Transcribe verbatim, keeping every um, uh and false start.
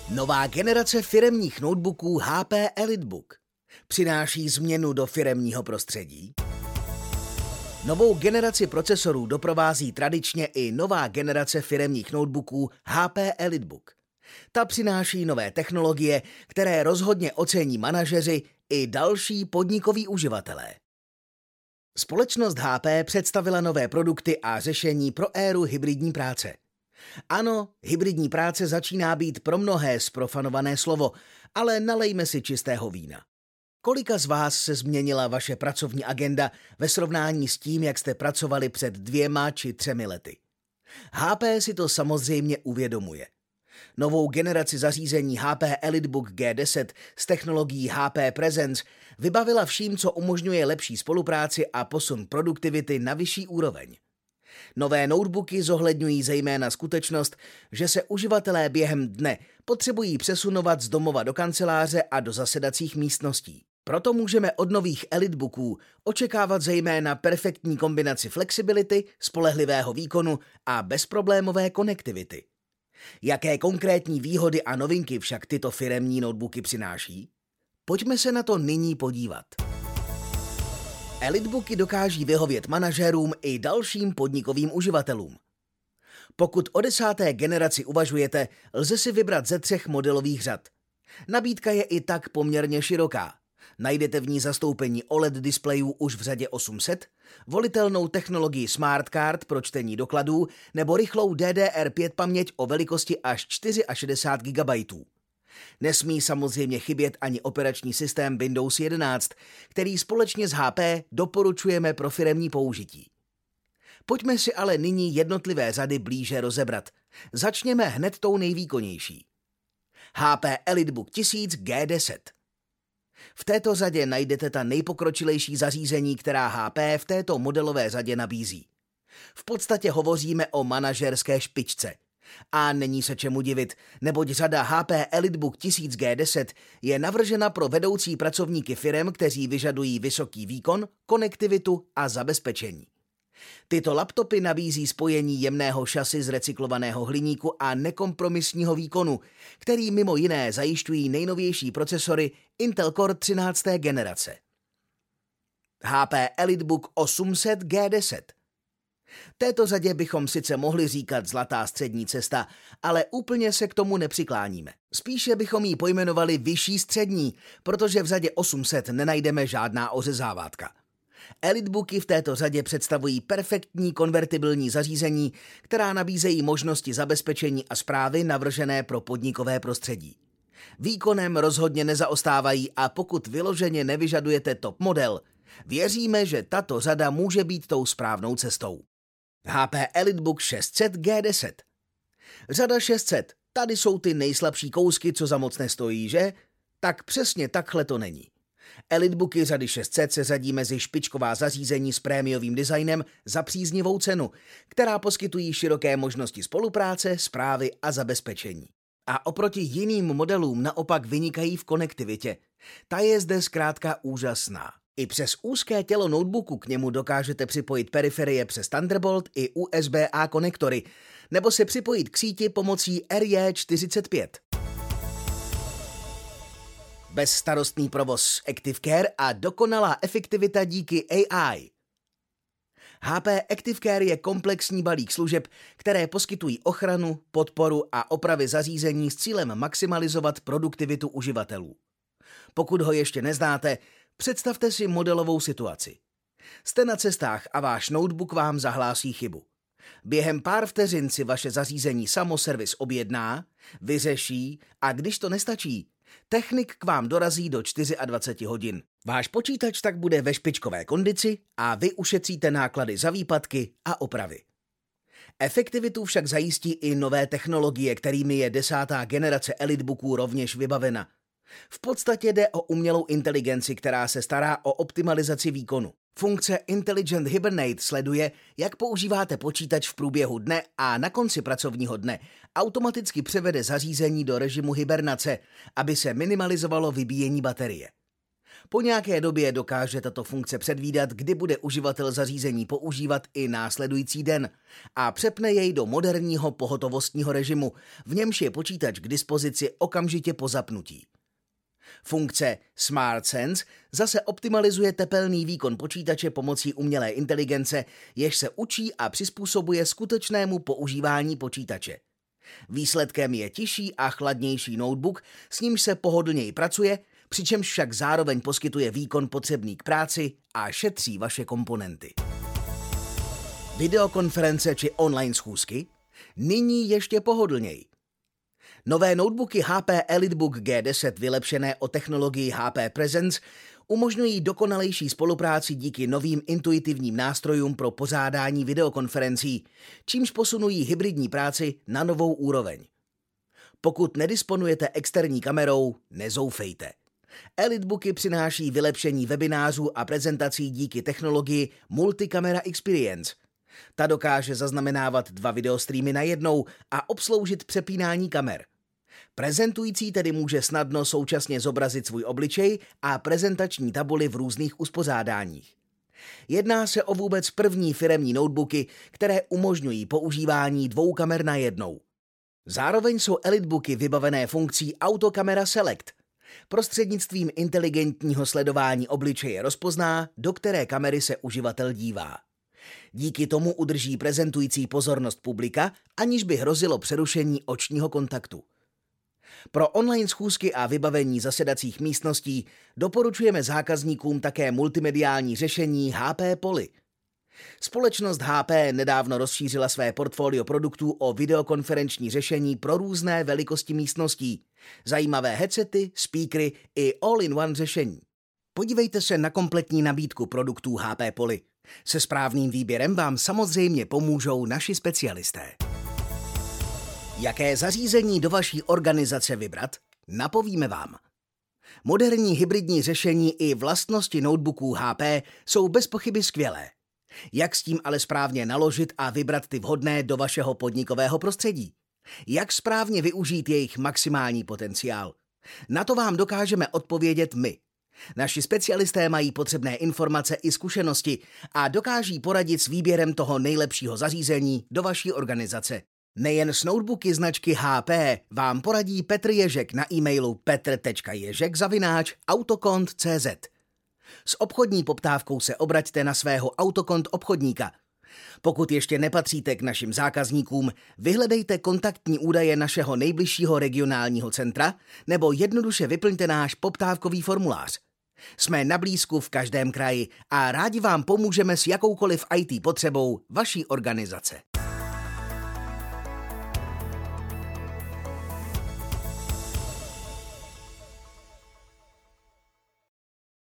Nová generace firemních notebooků H P EliteBook přináší změnu do firemního prostředí. Novou generaci procesorů doprovází tradičně i nová generace firemních notebooků H P EliteBook. Ta přináší nové technologie, které rozhodně ocení manažeři i další podnikoví uživatelé. Společnost H P představila nové produkty a řešení pro éru hybridní práce. Ano, hybridní práce začíná být pro mnohé zprofanované slovo, ale nalejme si čistého vína. Kolika z vás se změnila vaše pracovní agenda ve srovnání s tím, jak jste pracovali před dvěma či třemi lety? H P si to samozřejmě uvědomuje. Novou generaci zařízení H P EliteBook G deset s technologií H P Presence vybavila vším, co umožňuje lepší spolupráci a posun produktivity na vyšší úroveň. Nové notebooky zohledňují zejména skutečnost, že se uživatelé během dne potřebují přesunovat z domova do kanceláře a do zasedacích místností. Proto můžeme od nových EliteBooků očekávat zejména perfektní kombinaci flexibility, spolehlivého výkonu a bezproblémové konektivity. Jaké konkrétní výhody a novinky však tyto firemní notebooky přináší? Pojďme se na to nyní podívat. EliteBooky dokáží vyhovět manažerům i dalším podnikovým uživatelům. Pokud o desáté generaci uvažujete, lze si vybrat ze třech modelových řad. Nabídka je i tak poměrně široká. Najdete v ní zastoupení O L E D displejů už v řadě osm set, volitelnou technologii Smart Card pro čtení dokladů nebo rychlou D D R pět paměť o velikosti až šedesát čtyři gigabajtů. Nesmí samozřejmě chybět ani operační systém Windows jedenáct, který společně s H P doporučujeme pro firemní použití. Pojďme si ale nyní jednotlivé řady blíže rozebrat. Začněme hned tou nejvýkonnější. H P EliteBook tisíc G deset. V této řadě najdete ta nejpokročilejší zařízení, která H P v této modelové řadě nabízí. V podstatě hovoříme o manažerské špičce. A není se čemu divit, neboť řada H P EliteBook tisíc G deset je navržena pro vedoucí pracovníky firem, kteří vyžadují vysoký výkon, konektivitu a zabezpečení. Tyto laptopy nabízí spojení jemného šasy z recyklovaného hliníku a nekompromisního výkonu, který mimo jiné zajišťují nejnovější procesory Intel Core třinácté generace. H P EliteBook osm set G deset. Této řadě bychom sice mohli říkat zlatá střední cesta, ale úplně se k tomu nepřikláníme. Spíše bychom ji pojmenovali vyšší střední, protože v řadě osm set nenajdeme žádná ořezávátka. EliteBooky v této řadě představují perfektní konvertibilní zařízení, která nabízejí možnosti zabezpečení a správy navržené pro podnikové prostředí. Výkonem rozhodně nezaostávají a pokud vyloženě nevyžadujete top model, věříme, že tato řada může být tou správnou cestou. H P EliteBook šest set G deset. Řada šest set, tady jsou ty nejslabší kousky, co za moc nestojí, že? Tak přesně takhle to není. EliteBooky řady šest set se řadí mezi špičková zařízení s prémiovým designem za příznivou cenu, která poskytují široké možnosti spolupráce, správy a zabezpečení. A oproti jiným modelům naopak vynikají v konektivitě. Ta je zde zkrátka úžasná. I přes úzké tělo notebooku k němu dokážete připojit periferie přes Thunderbolt i U S B A konektory, nebo se připojit k síti pomocí R J čtyřicet pět. Bezstarostný provoz ActiveCare a dokonalá efektivita díky A I. H P ActiveCare je komplexní balík služeb, které poskytují ochranu, podporu a opravy zařízení s cílem maximalizovat produktivitu uživatelů. Pokud ho ještě neznáte, představte si modelovou situaci. Jste na cestách a váš notebook vám zahlásí chybu. Během pár vteřin si vaše zařízení samo servis objedná, vyřeší a když to nestačí, technik k vám dorazí do dvacet čtyři hodin. Váš počítač tak bude ve špičkové kondici a vy ušetříte náklady za výpadky a opravy. Efektivitu však zajistí i nové technologie, kterými je desátá generace EliteBooků rovněž vybavena. V podstatě jde o umělou inteligenci, která se stará o optimalizaci výkonu. Funkce Intelligent Hibernate sleduje, jak používáte počítač v průběhu dne a na konci pracovního dne automaticky převede zařízení do režimu hibernace, aby se minimalizovalo vybíjení baterie. Po nějaké době dokáže tato funkce předvídat, kdy bude uživatel zařízení používat i následující den a přepne jej do moderního pohotovostního režimu, v němž je počítač k dispozici okamžitě po zapnutí. Funkce Smart Sense zase optimalizuje tepelný výkon počítače pomocí umělé inteligence, jež se učí a přizpůsobuje skutečnému používání počítače. Výsledkem je tišší a chladnější notebook, s nímž se pohodlněji pracuje, přičemž však zároveň poskytuje výkon potřebný k práci a šetří vaše komponenty. Videokonference či online schůzky? Nyní ještě pohodlněji. Nové notebooky H P EliteBook G deset vylepšené o technologii H P Presence umožňují dokonalejší spolupráci díky novým intuitivním nástrojům pro pořádání videokonferencí, čímž posunují hybridní práci na novou úroveň. Pokud nedisponujete externí kamerou, nezoufejte. EliteBooky přináší vylepšení webinářů a prezentací díky technologii Multicamera Experience. Ta dokáže zaznamenávat dva videostreamy najednou a obsloužit přepínání kamer. Prezentující tedy může snadno současně zobrazit svůj obličej a prezentační tabuli v různých uspořádáních. Jedná se o vůbec první firemní notebooky, které umožňují používání dvou kamer najednou. Zároveň jsou EliteBooky vybavené funkcí Autokamera Select. Prostřednictvím inteligentního sledování obličeje rozpozná, do které kamery se uživatel dívá. Díky tomu udrží prezentující pozornost publika, aniž by hrozilo přerušení očního kontaktu. Pro online schůzky a vybavení zasedacích místností doporučujeme zákazníkům také multimediální řešení H P Poly. Společnost H P nedávno rozšířila své portfolio produktů o videokonferenční řešení pro různé velikosti místností, zajímavé headsety, speakery i all-in-one řešení. Podívejte se na kompletní nabídku produktů H P Poly. Se správným výběrem vám samozřejmě pomůžou naši specialisté. Jaké zařízení do vaší organizace vybrat? Napovíme vám. Moderní hybridní řešení i vlastnosti notebooků H P jsou bez pochyby skvělé. Jak s tím ale správně naložit a vybrat ty vhodné do vašeho podnikového prostředí? Jak správně využít jejich maximální potenciál? Na to vám dokážeme odpovědět my. Naši specialisté mají potřebné informace i zkušenosti a dokáží poradit s výběrem toho nejlepšího zařízení do vaší organizace. Nejen s notebooky značky H P vám poradí Petr Ježek na e-mailu petr tečka ježek zavináč autokont tečka cé zet. S obchodní poptávkou se obraťte na svého Autokont obchodníka. Pokud ještě nepatříte k našim zákazníkům, vyhledejte kontaktní údaje našeho nejbližšího regionálního centra nebo jednoduše vyplňte náš poptávkový formulář. Jsme na blízku v každém kraji a rádi vám pomůžeme s jakoukoliv í té potřebou vaší organizace.